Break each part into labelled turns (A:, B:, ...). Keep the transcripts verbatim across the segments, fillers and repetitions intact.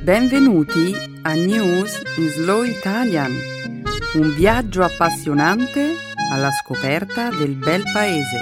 A: Benvenuti a News in Slow Italian, un viaggio appassionante alla scoperta del bel paese.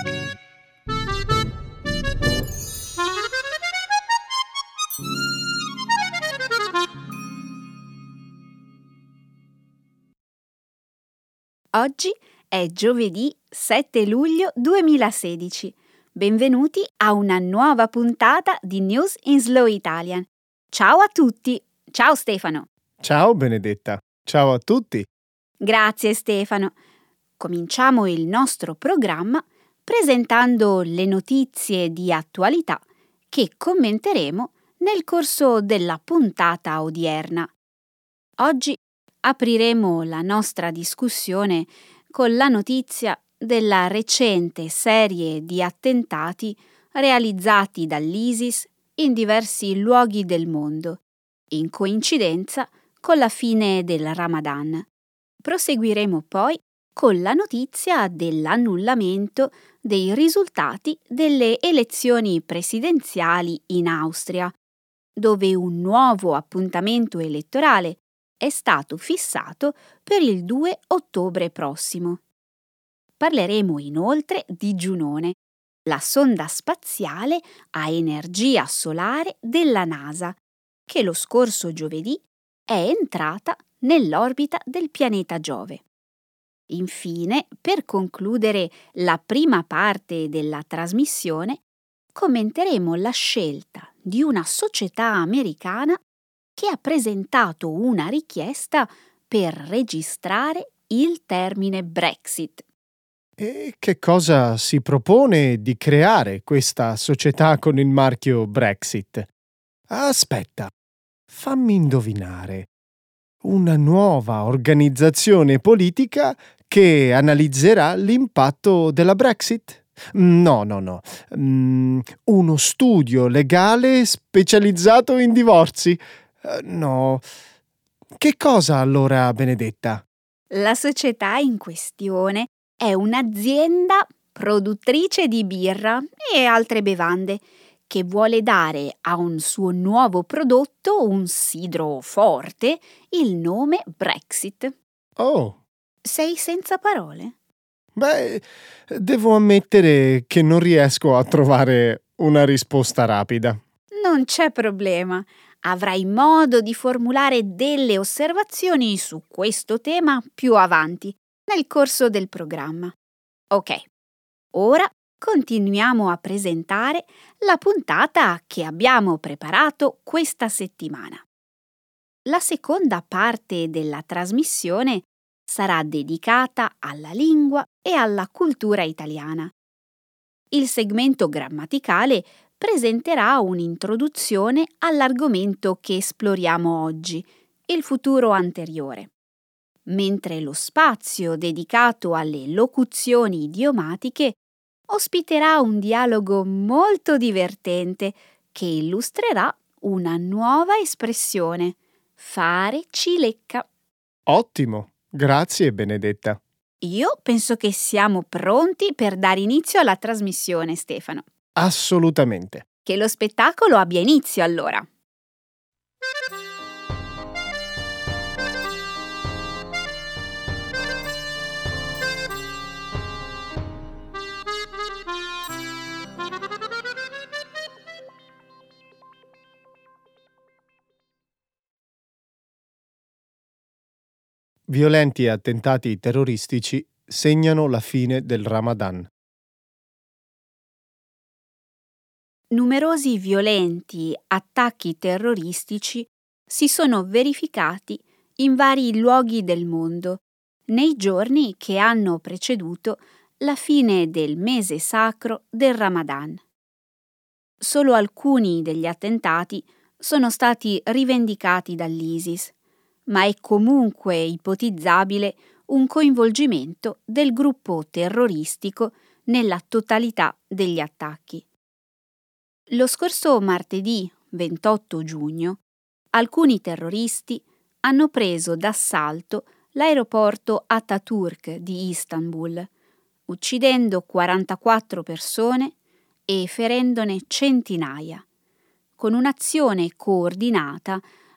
B: Oggi è giovedì sette luglio duemilasedici. Benvenuti a una nuova puntata di News in Slow Italian. Ciao a tutti! Ciao Stefano!
C: Ciao Benedetta! Ciao a tutti!
B: Grazie Stefano! Cominciamo il nostro programma presentando le notizie di attualità che commenteremo nel corso della puntata odierna. Oggi apriremo la nostra discussione con la notizia della recente serie di attentati realizzati dall'ISIS in diversi luoghi del mondo, in coincidenza con la fine del Ramadan. Proseguiremo poi con la notizia dell'annullamento dei risultati delle elezioni presidenziali in Austria, dove un nuovo appuntamento elettorale è stato fissato per il due ottobre prossimo. Parleremo inoltre di Giunone, la sonda spaziale a energia solare della NASA, che lo scorso giovedì è entrata nell'orbita del pianeta Giove. Infine, per concludere la prima parte della trasmissione, commenteremo la scelta di una società americana che ha presentato una richiesta per registrare il termine Brexit.
C: E che cosa si propone di creare questa società con il marchio Brexit? Aspetta, fammi indovinare. Una nuova organizzazione politica che analizzerà l'impatto della Brexit? No, no, no. Mm, uno studio legale specializzato in divorzi? Uh, no. Che cosa allora, Benedetta?
B: La società in questione è un'azienda produttrice di birra e altre bevande che vuole dare a un suo nuovo prodotto, un sidro forte, il nome Brexit.
C: Oh!
B: Sei senza parole?
C: Beh, devo ammettere che non riesco a trovare una risposta rapida.
B: Non c'è problema. Avrai modo di formulare delle osservazioni su questo tema più avanti, nel corso del programma. Ok, ora continuiamo a presentare la puntata che abbiamo preparato questa settimana. La seconda parte della trasmissione sarà dedicata alla lingua e alla cultura italiana. Il segmento grammaticale presenterà un'introduzione all'argomento che esploriamo oggi, il futuro anteriore, mentre lo spazio dedicato alle locuzioni idiomatiche ospiterà un dialogo molto divertente che illustrerà una nuova espressione, fare cilecca.
C: Ottimo, grazie Benedetta.
B: Io penso che siamo pronti per dare inizio alla trasmissione, Stefano.
C: Assolutamente.
B: Che lo spettacolo abbia inizio allora.
C: Violenti attentati terroristici segnano la fine del Ramadan.
B: Numerosi violenti attacchi terroristici si sono verificati in vari luoghi del mondo nei giorni che hanno preceduto la fine del mese sacro del Ramadan. Solo alcuni degli attentati sono stati rivendicati dall'ISIS, ma è comunque ipotizzabile un coinvolgimento del gruppo terroristico nella totalità degli attacchi. Lo scorso martedì ventotto giugno, alcuni terroristi hanno preso d'assalto l'aeroporto Ataturk di Istanbul, uccidendo quarantaquattro persone e ferendone centinaia, con un'azione coordinata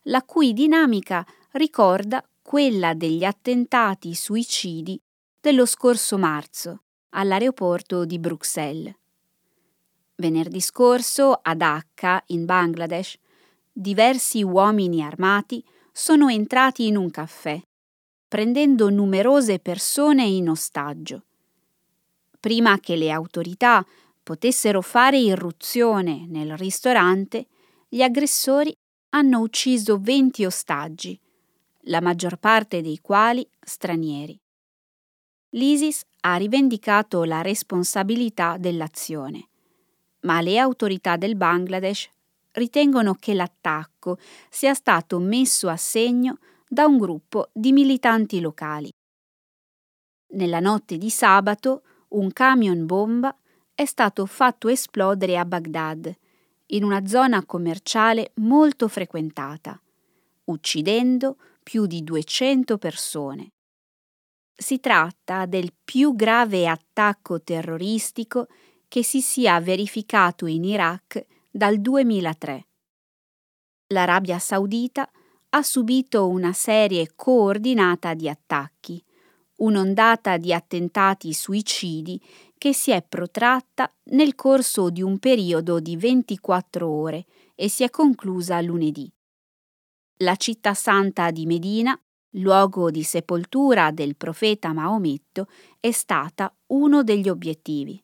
B: la cui dinamica ricorda quella degli attentati suicidi dello scorso marzo all'aeroporto di Bruxelles. Venerdì scorso, a Dhaka, in Bangladesh, diversi uomini armati sono entrati in un caffè, prendendo numerose persone in ostaggio. Prima che le autorità potessero fare irruzione nel ristorante, gli aggressori hanno ucciso venti ostaggi, la maggior parte dei quali stranieri. L'ISIS ha rivendicato la responsabilità dell'azione, ma le autorità del Bangladesh ritengono che l'attacco sia stato messo a segno da un gruppo di militanti locali. Nella notte di sabato, un camion bomba è stato fatto esplodere a Baghdad, in una zona commerciale molto frequentata, uccidendo più di duecento persone. Si tratta del più grave attacco terroristico che si sia verificato in Iraq dal duemilatré. L'Arabia Saudita ha subito una serie coordinata di attacchi, un'ondata di attentati suicidi che si è protratta nel corso di un periodo di ventiquattro ore e si è conclusa lunedì. La città santa di Medina, luogo di sepoltura del profeta Maometto, è stata uno degli obiettivi.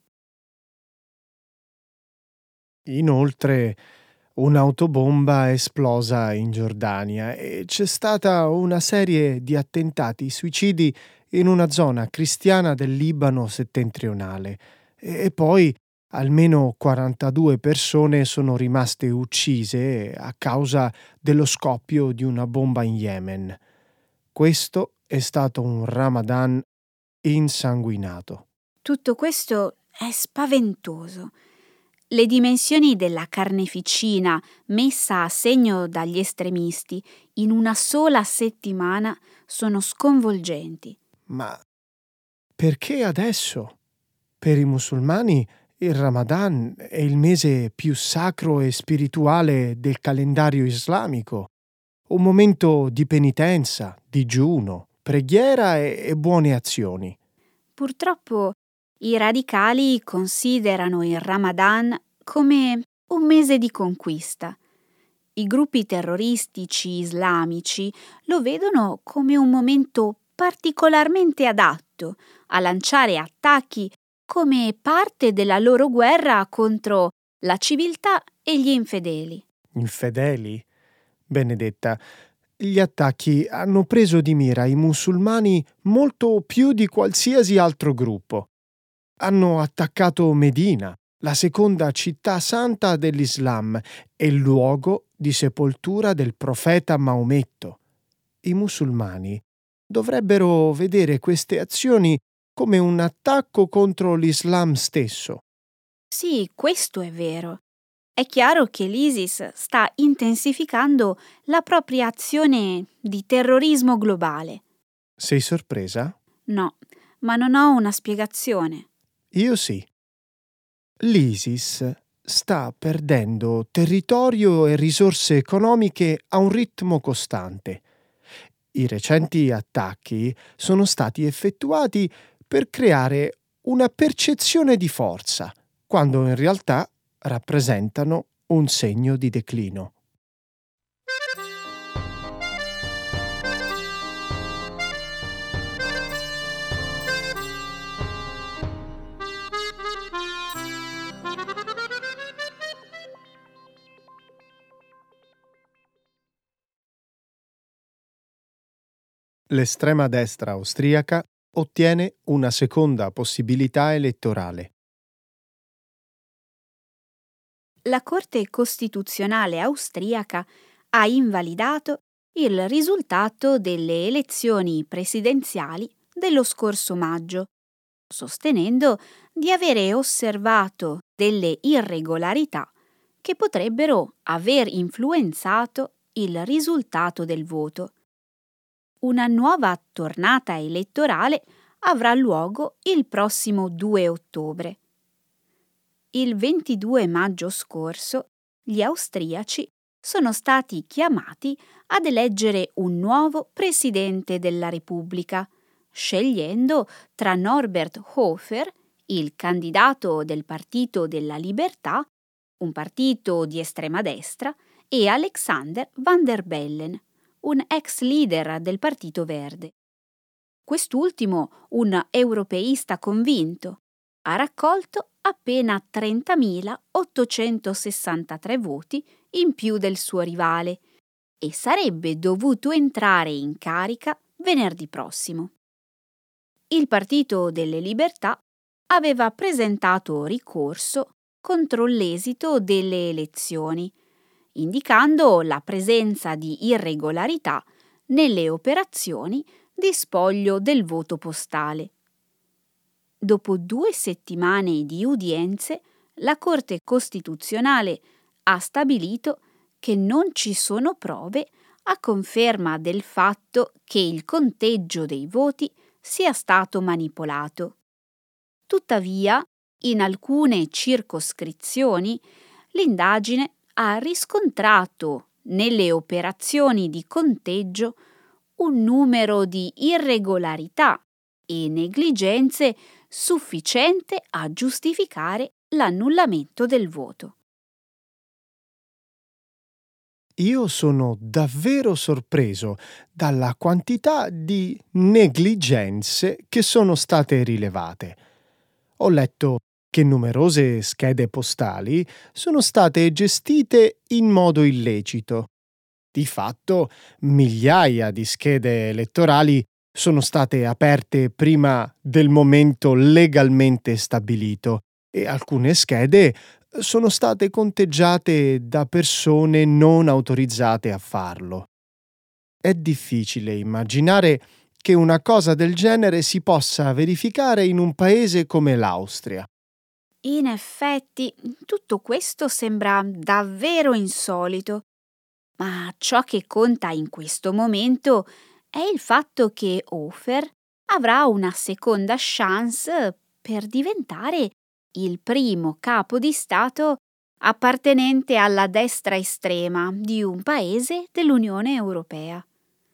C: Inoltre, un'autobomba è esplosa in Giordania e c'è stata una serie di attentati suicidi in una zona cristiana del Libano settentrionale e poi almeno quarantadue persone sono rimaste uccise a causa dello scoppio di una bomba in Yemen. Questo è stato un Ramadan insanguinato.
B: Tutto questo è spaventoso. Le dimensioni della carneficina messa a segno dagli estremisti in una sola settimana sono sconvolgenti.
C: Ma perché adesso? Per i musulmani il Ramadan è il mese più sacro e spirituale del calendario islamico, un momento di penitenza, digiuno, preghiera e, e buone azioni.
B: Purtroppo i radicali considerano il Ramadan come un mese di conquista. I gruppi terroristici islamici lo vedono come un momento particolarmente adatto a lanciare attacchi come parte della loro guerra contro la civiltà e gli infedeli.
C: Infedeli? Benedetta, gli attacchi hanno preso di mira i musulmani molto più di qualsiasi altro gruppo. Hanno attaccato Medina, la seconda città santa dell'Islam e il luogo di sepoltura del profeta Maometto. I musulmani dovrebbero vedere queste azioni come un attacco contro l'Islam stesso.
B: Sì, questo è vero. È chiaro che l'ISIS sta intensificando la propria azione di terrorismo globale.
C: Sei sorpresa?
B: No, ma non ho una spiegazione.
C: Io sì. L'ISIS sta perdendo territorio e risorse economiche a un ritmo costante. I recenti attacchi sono stati effettuati per creare una percezione di forza, quando in realtà rappresentano un segno di declino. L'estrema destra austriaca ottiene una seconda possibilità elettorale.
B: La Corte Costituzionale austriaca ha invalidato il risultato delle elezioni presidenziali dello scorso maggio, sostenendo di avere osservato delle irregolarità che potrebbero aver influenzato il risultato del voto. Una nuova tornata elettorale avrà luogo il prossimo due ottobre. Il ventidue maggio scorso gli austriaci sono stati chiamati ad eleggere un nuovo presidente della Repubblica, scegliendo tra Norbert Hofer, il candidato del Partito della Libertà, un partito di estrema destra, e Alexander Van der Bellen, un ex leader del Partito Verde. Quest'ultimo, un europeista convinto, ha raccolto appena trentamilaottocentosessantatré voti in più del suo rivale e sarebbe dovuto entrare in carica venerdì prossimo. Il Partito delle Libertà aveva presentato ricorso contro l'esito delle elezioni, indicando la presenza di irregolarità nelle operazioni di spoglio del voto postale. Dopo due settimane di udienze, la Corte Costituzionale ha stabilito che non ci sono prove a conferma del fatto che il conteggio dei voti sia stato manipolato. Tuttavia, in alcune circoscrizioni, l'indagine ha riscontrato nelle operazioni di conteggio un numero di irregolarità e negligenze sufficiente a giustificare l'annullamento del voto.
C: Io sono davvero sorpreso dalla quantità di negligenze che sono state rilevate. Ho letto che numerose schede postali sono state gestite in modo illecito. Di fatto, migliaia di schede elettorali sono state aperte prima del momento legalmente stabilito e alcune schede sono state conteggiate da persone non autorizzate a farlo. È difficile immaginare che una cosa del genere si possa verificare in un paese come l'Austria.
B: In effetti, tutto questo sembra davvero insolito, ma ciò che conta in questo momento è il fatto che Hofer avrà una seconda chance per diventare il primo capo di Stato appartenente alla destra estrema di un paese dell'Unione Europea.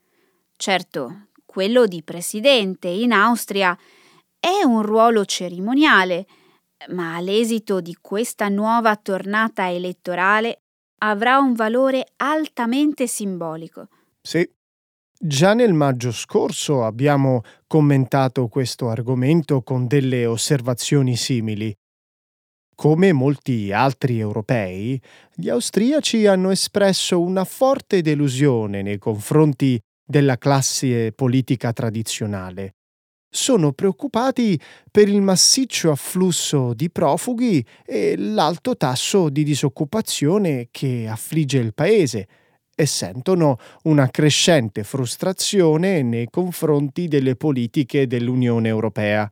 B: Certo, quello di presidente in Austria è un ruolo cerimoniale, ma l'esito di questa nuova tornata elettorale avrà un valore altamente simbolico.
C: Sì. Già nel maggio scorso abbiamo commentato questo argomento con delle osservazioni simili. Come molti altri europei, gli austriaci hanno espresso una forte delusione nei confronti della classe politica tradizionale. Sono preoccupati per il massiccio afflusso di profughi e l'alto tasso di disoccupazione che affligge il paese e sentono una crescente frustrazione nei confronti delle politiche dell'Unione Europea.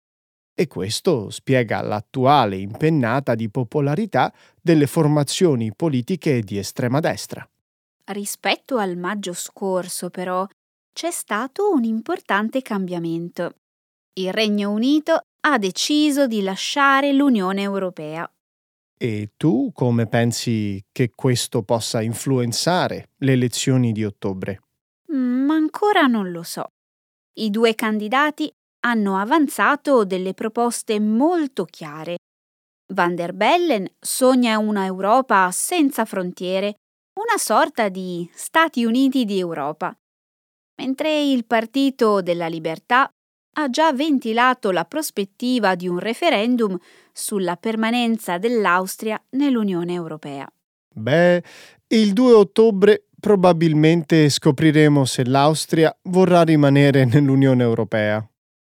C: E questo spiega l'attuale impennata di popolarità delle formazioni politiche di estrema destra.
B: Rispetto al maggio scorso, però, c'è stato un importante cambiamento. Il Regno Unito ha deciso di lasciare l'Unione Europea.
C: E tu come pensi che questo possa influenzare le elezioni di ottobre?
B: Mm, ancora non lo so. I due candidati hanno avanzato delle proposte molto chiare. Van der Bellen sogna una Europa senza frontiere, una sorta di Stati Uniti di Europa, mentre il Partito della Libertà ha già ventilato la prospettiva di un referendum sulla permanenza dell'Austria nell'Unione Europea.
C: Beh, il due ottobre probabilmente scopriremo se l'Austria vorrà rimanere nell'Unione Europea.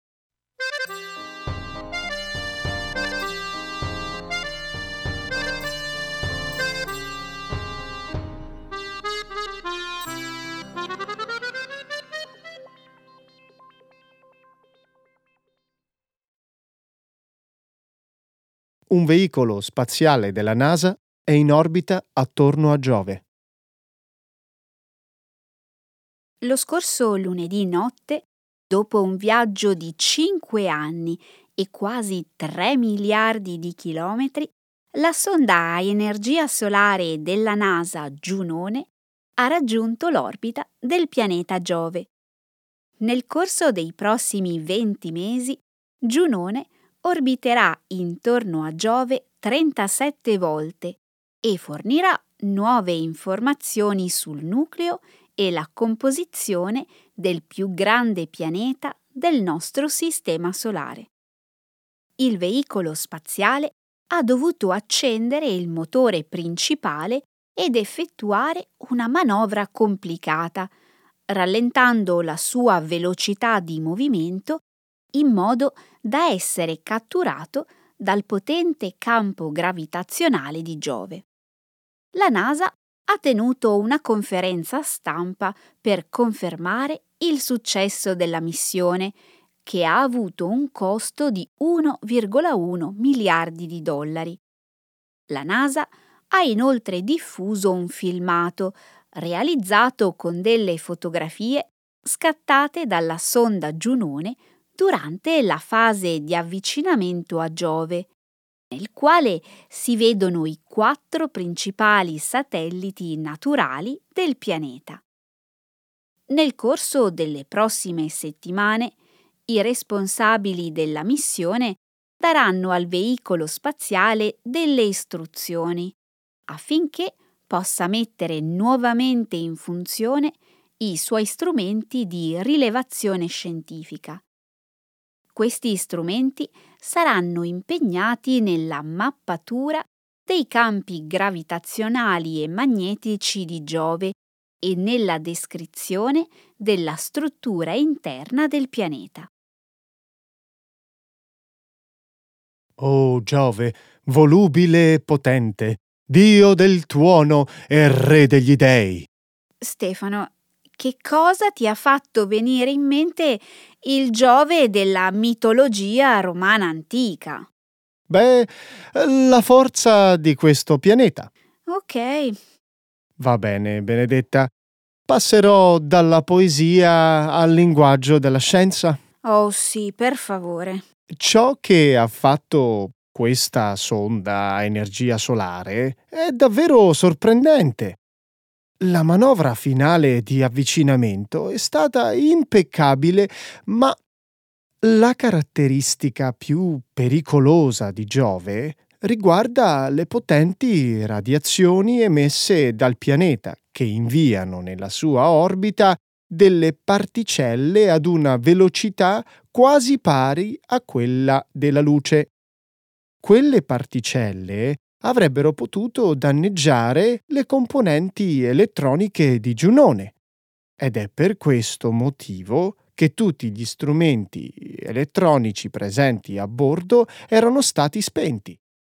C: Un veicolo spaziale della NASA è in orbita attorno a Giove.
B: Lo scorso lunedì notte, dopo un viaggio di cinque anni e quasi tre miliardi di chilometri, la sonda a energia solare della NASA Giunone ha raggiunto l'orbita del pianeta Giove. Nel corso dei prossimi venti mesi, Giunone orbiterà intorno a Giove trentasette volte e fornirà nuove informazioni sul nucleo e la composizione del più grande pianeta del nostro sistema solare. Il veicolo spaziale ha dovuto accendere il motore principale ed effettuare una manovra complicata, rallentando la sua velocità di movimento in modo da essere catturato dal potente campo gravitazionale di Giove. La NASA ha tenuto una conferenza stampa per confermare il successo della missione, che ha avuto un costo di uno virgola uno miliardi di dollari. La NASA ha inoltre diffuso un filmato realizzato con delle fotografie scattate dalla sonda Giunone durante la fase di avvicinamento a Giove, nel quale si vedono i quattro principali satelliti naturali del pianeta. Nel corso delle prossime settimane, i responsabili della missione daranno al veicolo spaziale delle istruzioni affinché possa mettere nuovamente in funzione i suoi strumenti di rilevazione scientifica. Questi strumenti saranno impegnati nella mappatura dei campi gravitazionali e magnetici di Giove e nella descrizione della struttura interna del pianeta.
C: O Giove, volubile e potente, Dio del tuono e Re degli dei.
B: Stefano, che cosa ti ha fatto venire in mente il Giove della mitologia romana antica?
C: Beh, la forza di questo pianeta.
B: Ok.
C: Va bene, Benedetta. Passerò dalla poesia al linguaggio della scienza.
B: Oh sì, per favore.
C: Ciò che ha fatto questa sonda a energia solare è davvero sorprendente. La manovra finale di avvicinamento è stata impeccabile, ma la caratteristica più pericolosa di Giove riguarda le potenti radiazioni emesse dal pianeta, che inviano nella sua orbita delle particelle ad una velocità quasi pari a quella della luce. Quelle particelle avrebbero potuto danneggiare le componenti elettroniche di Giunone ed è per questo motivo che tutti gli strumenti elettronici presenti a bordo erano stati spenti.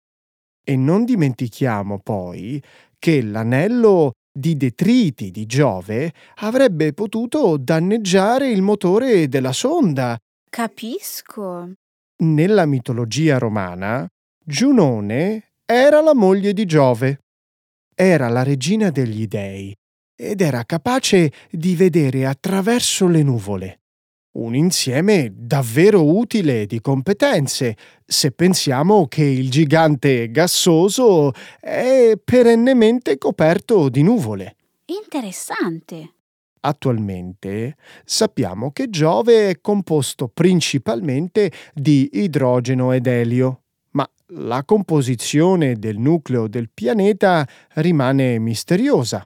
C: E non dimentichiamo poi che l'anello di detriti di Giove avrebbe potuto danneggiare il motore della sonda.
B: Capisco.
C: Nella mitologia romana, Giunone era la moglie di Giove. Era la regina degli dei ed era capace di vedere attraverso le nuvole. Un insieme davvero utile di competenze, se pensiamo che il gigante gassoso è perennemente coperto di nuvole.
B: Interessante.
C: Attualmente sappiamo che Giove è composto principalmente di idrogeno ed elio, ma la composizione del nucleo del pianeta rimane misteriosa.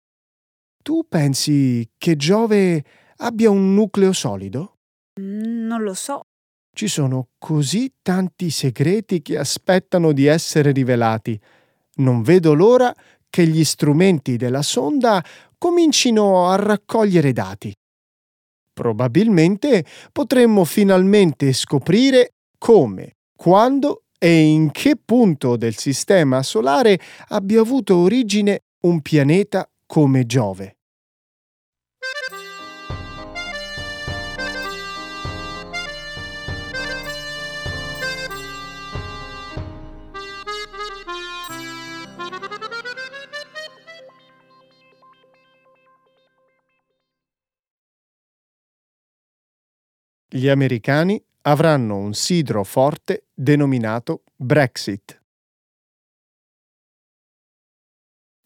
C: Tu pensi che Giove abbia un nucleo solido?
B: Non lo so.
C: Ci sono così tanti segreti che aspettano di essere rivelati. Non vedo l'ora che gli strumenti della sonda comincino a raccogliere dati. Probabilmente potremmo finalmente scoprire come, quando e in che punto del sistema solare abbia avuto origine un pianeta come Giove. Gli americani avranno un sidro forte denominato Brexit.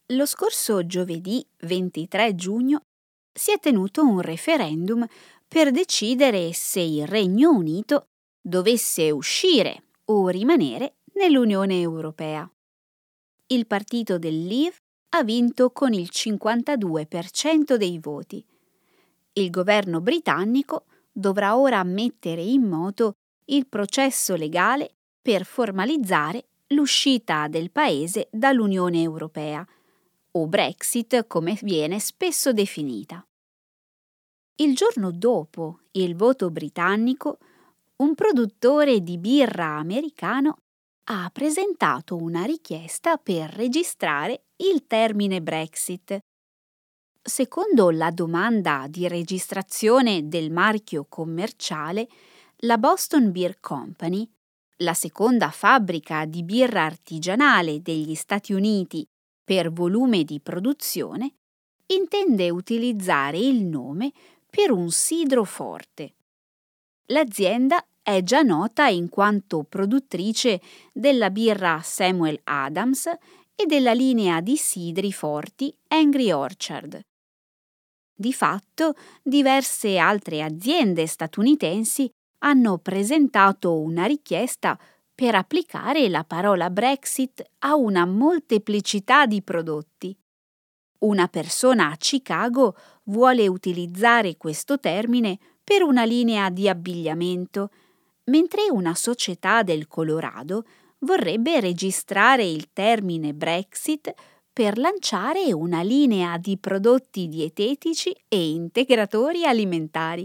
B: Lo scorso giovedì ventitré giugno si è tenuto un referendum per decidere se il Regno Unito dovesse uscire o rimanere nell'Unione Europea. Il partito del Leave ha vinto con il cinquantadue per cento dei voti. Il governo britannico dovrà ora mettere in moto il processo legale per formalizzare l'uscita del paese dall'Unione Europea, o Brexit come viene spesso definita. Il giorno dopo il voto britannico, un produttore di birra americano ha presentato una richiesta per registrare il termine Brexit. Secondo la domanda di registrazione del marchio commerciale, la Boston Beer Company, la seconda fabbrica di birra artigianale degli Stati Uniti per volume di produzione, intende utilizzare il nome per un sidro forte. L'azienda è già nota in quanto produttrice della birra Samuel Adams e della linea di sidri forti Angry Orchard. Di fatto, diverse altre aziende statunitensi hanno presentato una richiesta per applicare la parola Brexit a una molteplicità di prodotti. Una persona a Chicago vuole utilizzare questo termine per una linea di abbigliamento, mentre una società del Colorado vorrebbe registrare il termine Brexit per lanciare una linea di prodotti dietetici e integratori alimentari.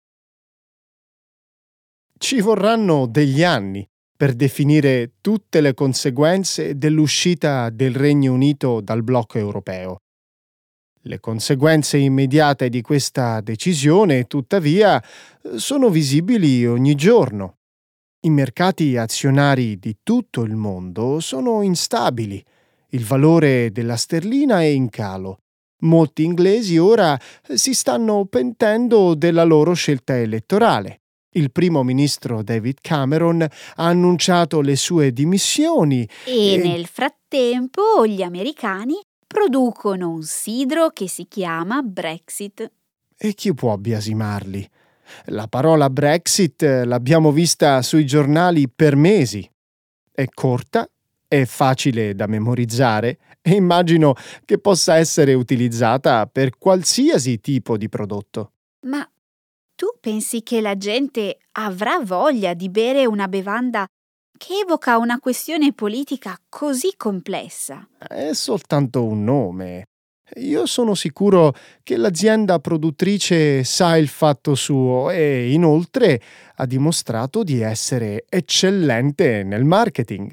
C: Ci vorranno degli anni per definire tutte le conseguenze dell'uscita del Regno Unito dal blocco europeo. Le conseguenze immediate di questa decisione, tuttavia, sono visibili ogni giorno. I mercati azionari di tutto il mondo sono instabili. Il valore della sterlina è in calo. Molti inglesi ora si stanno pentendo della loro scelta elettorale. Il primo ministro David Cameron ha annunciato le sue dimissioni
B: E,
C: e
B: nel frattempo gli americani producono un sidro che si chiama Brexit.
C: E chi può biasimarli? La parola Brexit l'abbiamo vista sui giornali per mesi. È corta, è facile da memorizzare e immagino che possa essere utilizzata per qualsiasi tipo di prodotto.
B: Ma tu pensi che la gente avrà voglia di bere una bevanda che evoca una questione politica così complessa?
C: È soltanto un nome. Io sono sicuro che l'azienda produttrice sa il fatto suo e inoltre ha dimostrato di essere eccellente nel marketing.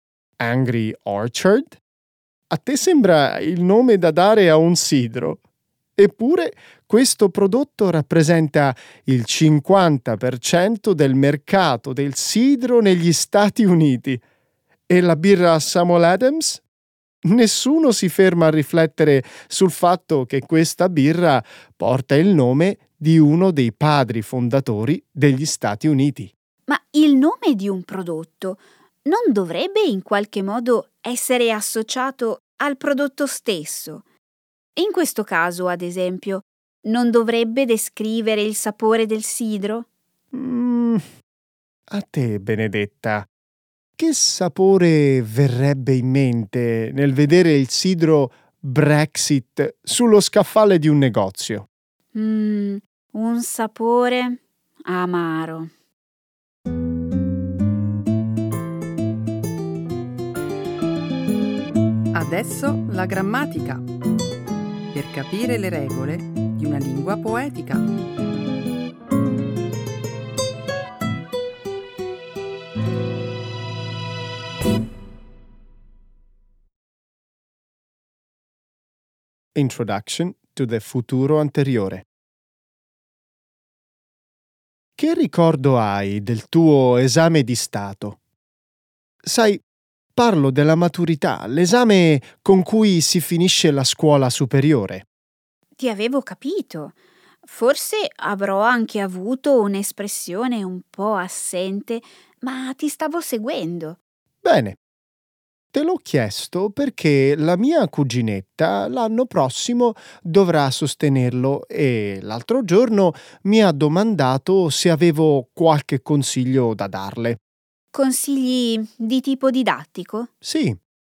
C: Angry Orchard? A te sembra il nome da dare a un sidro? Eppure questo prodotto rappresenta il cinquanta per cento del mercato del sidro negli Stati Uniti. E la birra Samuel Adams? Nessuno si ferma a riflettere sul fatto che questa birra porta il nome di uno dei padri fondatori degli Stati Uniti.
B: Ma il nome di un prodotto non dovrebbe in qualche modo essere associato al prodotto stesso? In questo caso, ad esempio, non dovrebbe descrivere il sapore del sidro?
C: Mm, a te, Benedetta, che sapore verrebbe in mente nel vedere il sidro Brexit sullo scaffale di un negozio?
B: Mm, un sapore amaro.
A: Adesso la grammatica, per capire le regole di una lingua poetica.
C: Introduction to the futuro anteriore. Che ricordo hai del tuo esame di Stato? Sai, parlo della maturità, l'esame con cui si finisce la scuola superiore.
B: Ti avevo capito. Forse avrò anche avuto un'espressione un po' assente, ma ti stavo seguendo.
C: Bene. te l'ho chiesto perché la mia cuginetta l'anno prossimo dovrà sostenerlo e l'altro giorno mi ha domandato se avevo qualche consiglio da darle.
B: Consigli di tipo didattico?
C: Sì,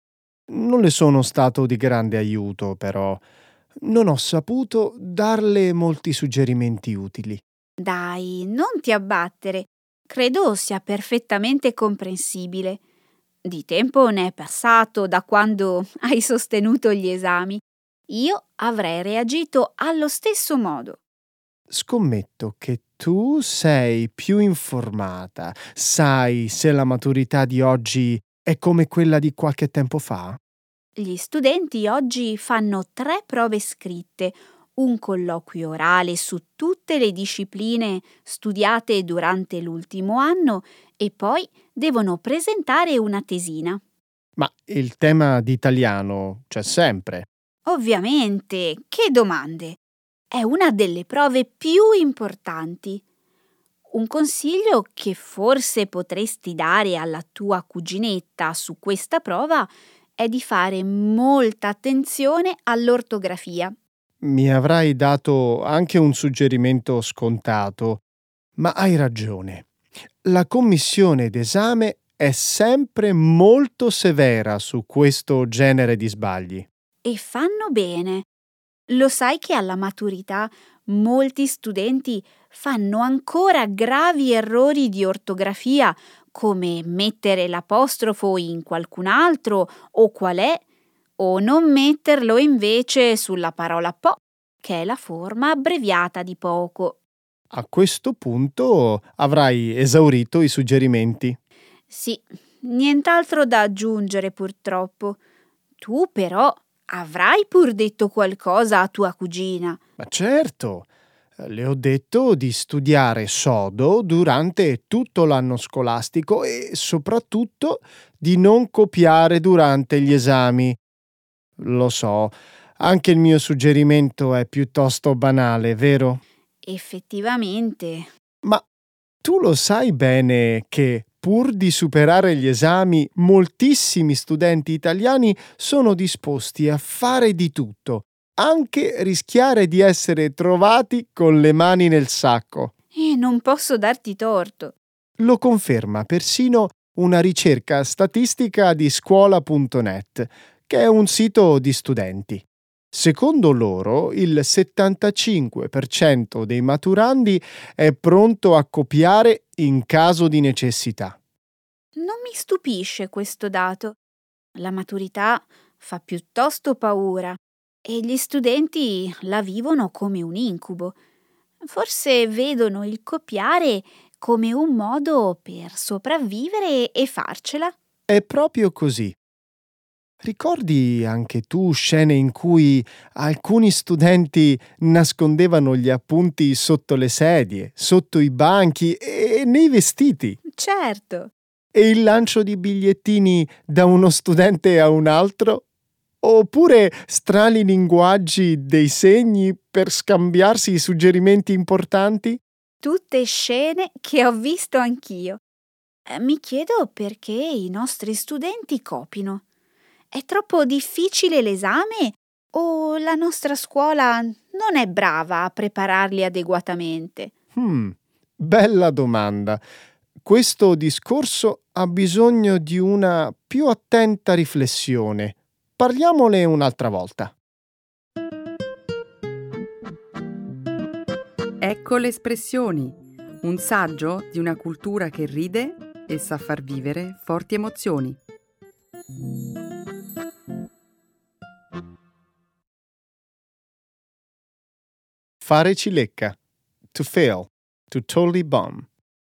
C: non le sono stato di grande aiuto, però non ho saputo darle molti suggerimenti utili.
B: Dai, non ti abbattere. Credo sia perfettamente comprensibile. Di tempo ne è passato da quando hai sostenuto gli esami. Io avrei reagito allo stesso modo.
C: Scommetto che tu sei più informata, sai se la maturità di oggi è come quella di qualche tempo fa?
B: Gli studenti oggi fanno tre prove scritte, un colloquio orale su tutte le discipline studiate durante l'ultimo anno e poi devono presentare una tesina.
C: Ma il tema di italiano c'è sempre.
B: Ovviamente, che domande! È una delle prove più importanti. Un consiglio che forse potresti dare alla tua cuginetta su questa prova è di fare molta attenzione all'ortografia.
C: Mi avrai dato anche un suggerimento scontato, ma hai ragione. La commissione d'esame è sempre molto severa su questo genere di sbagli.
B: E fanno bene. Lo sai che alla maturità molti studenti fanno ancora gravi errori di ortografia, come mettere l'apostrofo in qualcun altro o qual è, o non metterlo invece sulla parola po', che è la forma abbreviata di poco.
C: A questo punto avrai esaurito i suggerimenti.
B: Sì, nient'altro da aggiungere purtroppo. Tu però avrai pur detto qualcosa a tua cugina.
C: Ma certo, le ho detto di studiare sodo durante tutto l'anno scolastico e soprattutto di non copiare durante gli esami. Lo so, anche il mio suggerimento è piuttosto banale, vero?
B: Effettivamente.
C: Ma tu lo sai bene che, pur di superare gli esami, moltissimi studenti italiani sono disposti a fare di tutto, anche rischiare di essere trovati con le mani nel sacco.
B: E non posso darti torto.
C: Lo conferma persino una ricerca statistica di scuola punto net, che è un sito di studenti. Secondo loro, il settantacinque per cento dei maturandi è pronto a copiare in caso di necessità.
B: Non mi stupisce questo dato. La maturità fa piuttosto paura e gli studenti la vivono come un incubo. Forse vedono il copiare come un modo per sopravvivere e farcela.
C: È proprio così. Ricordi anche tu scene in cui alcuni studenti nascondevano gli appunti sotto le sedie, sotto i banchi e nei vestiti?
B: Certo.
C: E il lancio di bigliettini da uno studente a un altro? Oppure strani linguaggi dei segni per scambiarsi i suggerimenti importanti?
B: Tutte scene che ho visto anch'io. Eh, Mi chiedo perché i nostri studenti copino. È troppo difficile l'esame o la nostra scuola non è brava a prepararli adeguatamente?
C: Hmm, bella domanda. Questo discorso ha bisogno di una più attenta riflessione. Parliamone un'altra volta.
A: Ecco le espressioni, un saggio di una cultura che ride e sa far vivere forti emozioni.
C: Fare cilecca. To fail. To totally bomb.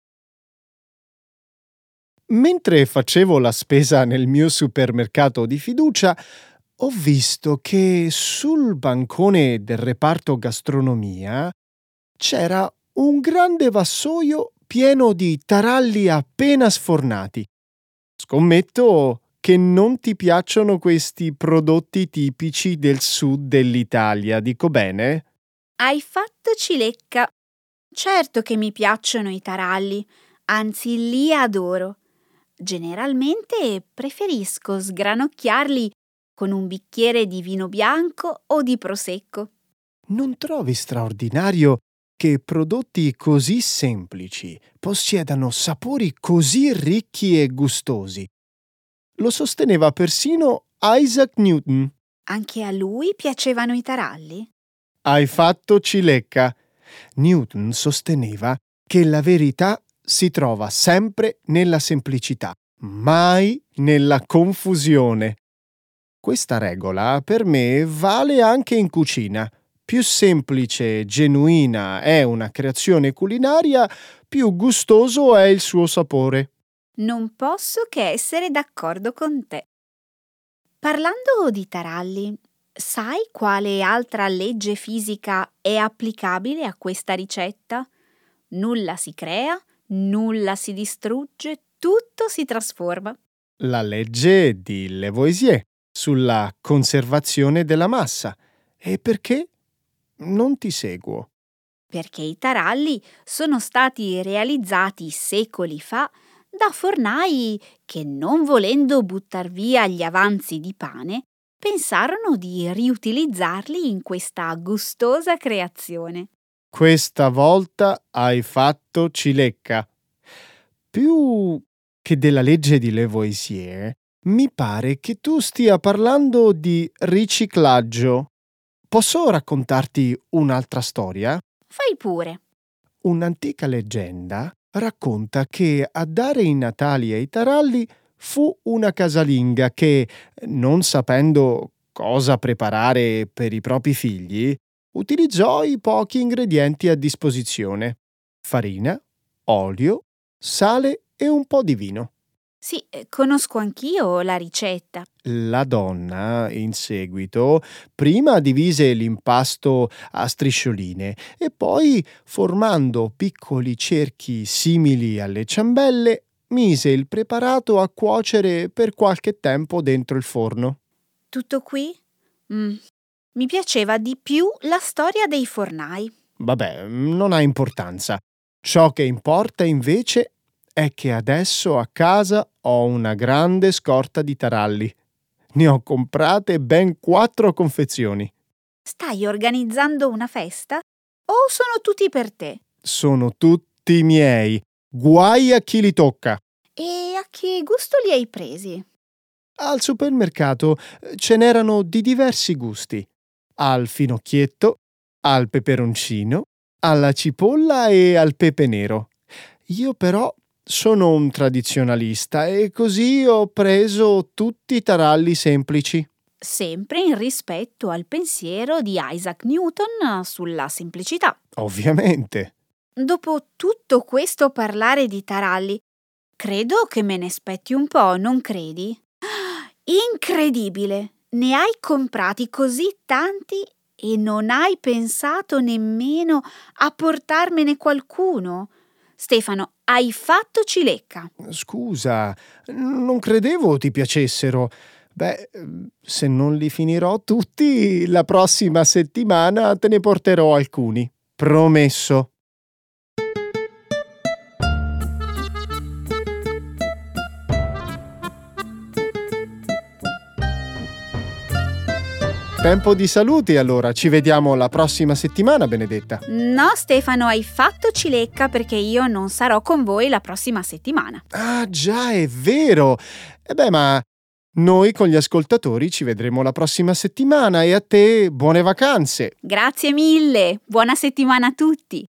C: Mentre facevo la spesa nel mio supermercato di fiducia, ho visto che sul bancone del reparto gastronomia c'era un grande vassoio pieno di taralli appena sfornati. Scommetto che non ti piacciono questi prodotti tipici del sud dell'Italia, dico bene?
B: Hai fatto cilecca. Certo che mi piacciono i taralli, anzi li adoro. generalmente preferisco sgranocchiarli con un bicchiere di vino bianco o di prosecco.
C: Non trovi straordinario che prodotti così semplici possiedano sapori così ricchi e gustosi? Lo sosteneva persino Isaac Newton.
B: Anche a lui piacevano i taralli?
C: Hai fatto cilecca. Newton sosteneva che la verità si trova sempre nella semplicità, mai nella confusione. Questa regola per me vale anche in cucina. Più semplice e genuina è una creazione culinaria, più gustoso è il suo sapore.
B: Non posso che essere d'accordo con te. Parlando di taralli, sai quale altra legge fisica è applicabile a questa ricetta? Nulla si crea, nulla si distrugge, tutto si trasforma.
C: La legge di Lavoisier sulla conservazione della massa. E perché? Non ti seguo.
B: Perché i taralli sono stati realizzati secoli fa da fornai che, non volendo buttar via gli avanzi di pane, pensarono di riutilizzarli in questa gustosa creazione.
C: Questa volta hai fatto cilecca. Più che della legge di Lavoisier, mi pare che tu stia parlando di riciclaggio. Posso raccontarti un'altra storia?
B: Fai pure.
C: Un'antica leggenda racconta che a dare i natali ai taralli fu una casalinga che, non sapendo cosa preparare per i propri figli, utilizzò i pochi ingredienti a disposizione: farina, olio, sale e un po' di vino.
B: Sì, conosco anch'io la ricetta.
C: La donna, in seguito, prima divise l'impasto a striscioline e poi, formando piccoli cerchi simili alle ciambelle, mise il preparato a cuocere per qualche tempo dentro il forno.
B: Tutto qui? Mm. Mi piaceva di più la storia dei fornai.
C: Vabbè, non ha importanza. Ciò che importa invece è che adesso a casa ho una grande scorta di taralli. Ne ho comprate ben quattro confezioni.
B: Stai organizzando una festa? O sono tutti per te?
C: Sono tutti miei. Guai a chi li tocca.
B: E a che gusto li hai presi?
C: Al supermercato ce n'erano di diversi gusti. Al finocchietto, al peperoncino, alla cipolla e al pepe nero. Io però sono un tradizionalista e così ho preso tutti i taralli semplici.
B: Sempre in rispetto al pensiero di Isaac Newton sulla semplicità.
C: Ovviamente.
B: Dopo tutto questo parlare di taralli, credo che me ne aspetti un po', non credi? Incredibile! Ne hai comprati così tanti e non hai pensato nemmeno a portarmene qualcuno? Stefano, hai fatto cilecca.
C: Scusa, non credevo ti piacessero. Beh, se non li finirò tutti, la prossima settimana te ne porterò alcuni. Promesso. Tempo di saluti allora, ci vediamo la prossima settimana, Benedetta.
B: No, Stefano, hai fatto cilecca perché io non sarò con voi la prossima settimana.
C: Ah, già, è vero! E beh, ma noi con gli ascoltatori ci vedremo la prossima settimana e a te buone vacanze!
B: Grazie mille, buona settimana a tutti!